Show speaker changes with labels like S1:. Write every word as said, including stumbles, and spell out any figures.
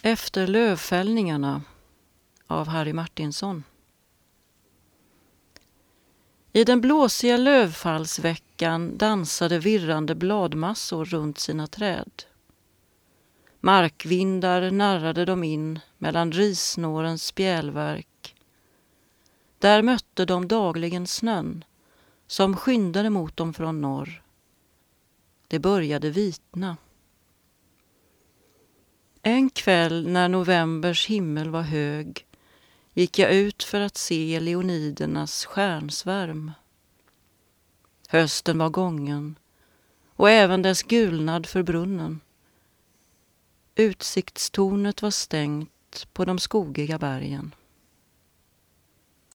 S1: Efter lövfällningarna av Harry Martinsson. I den blåsiga lövfallsveckan dansade virrande bladmassor runt sina träd. Markvindar narrade dem in mellan rissnårens spjälverk. Där mötte de dagligen snön som skyndade mot dem från norr. Det började vitna. En kväll när novembers himmel var hög gick jag ut för att se leonidernas stjärnsvärm. Hösten var gången och även dess gulnad för brunnen. Utsiktstornet var stängt på de skogiga bergen.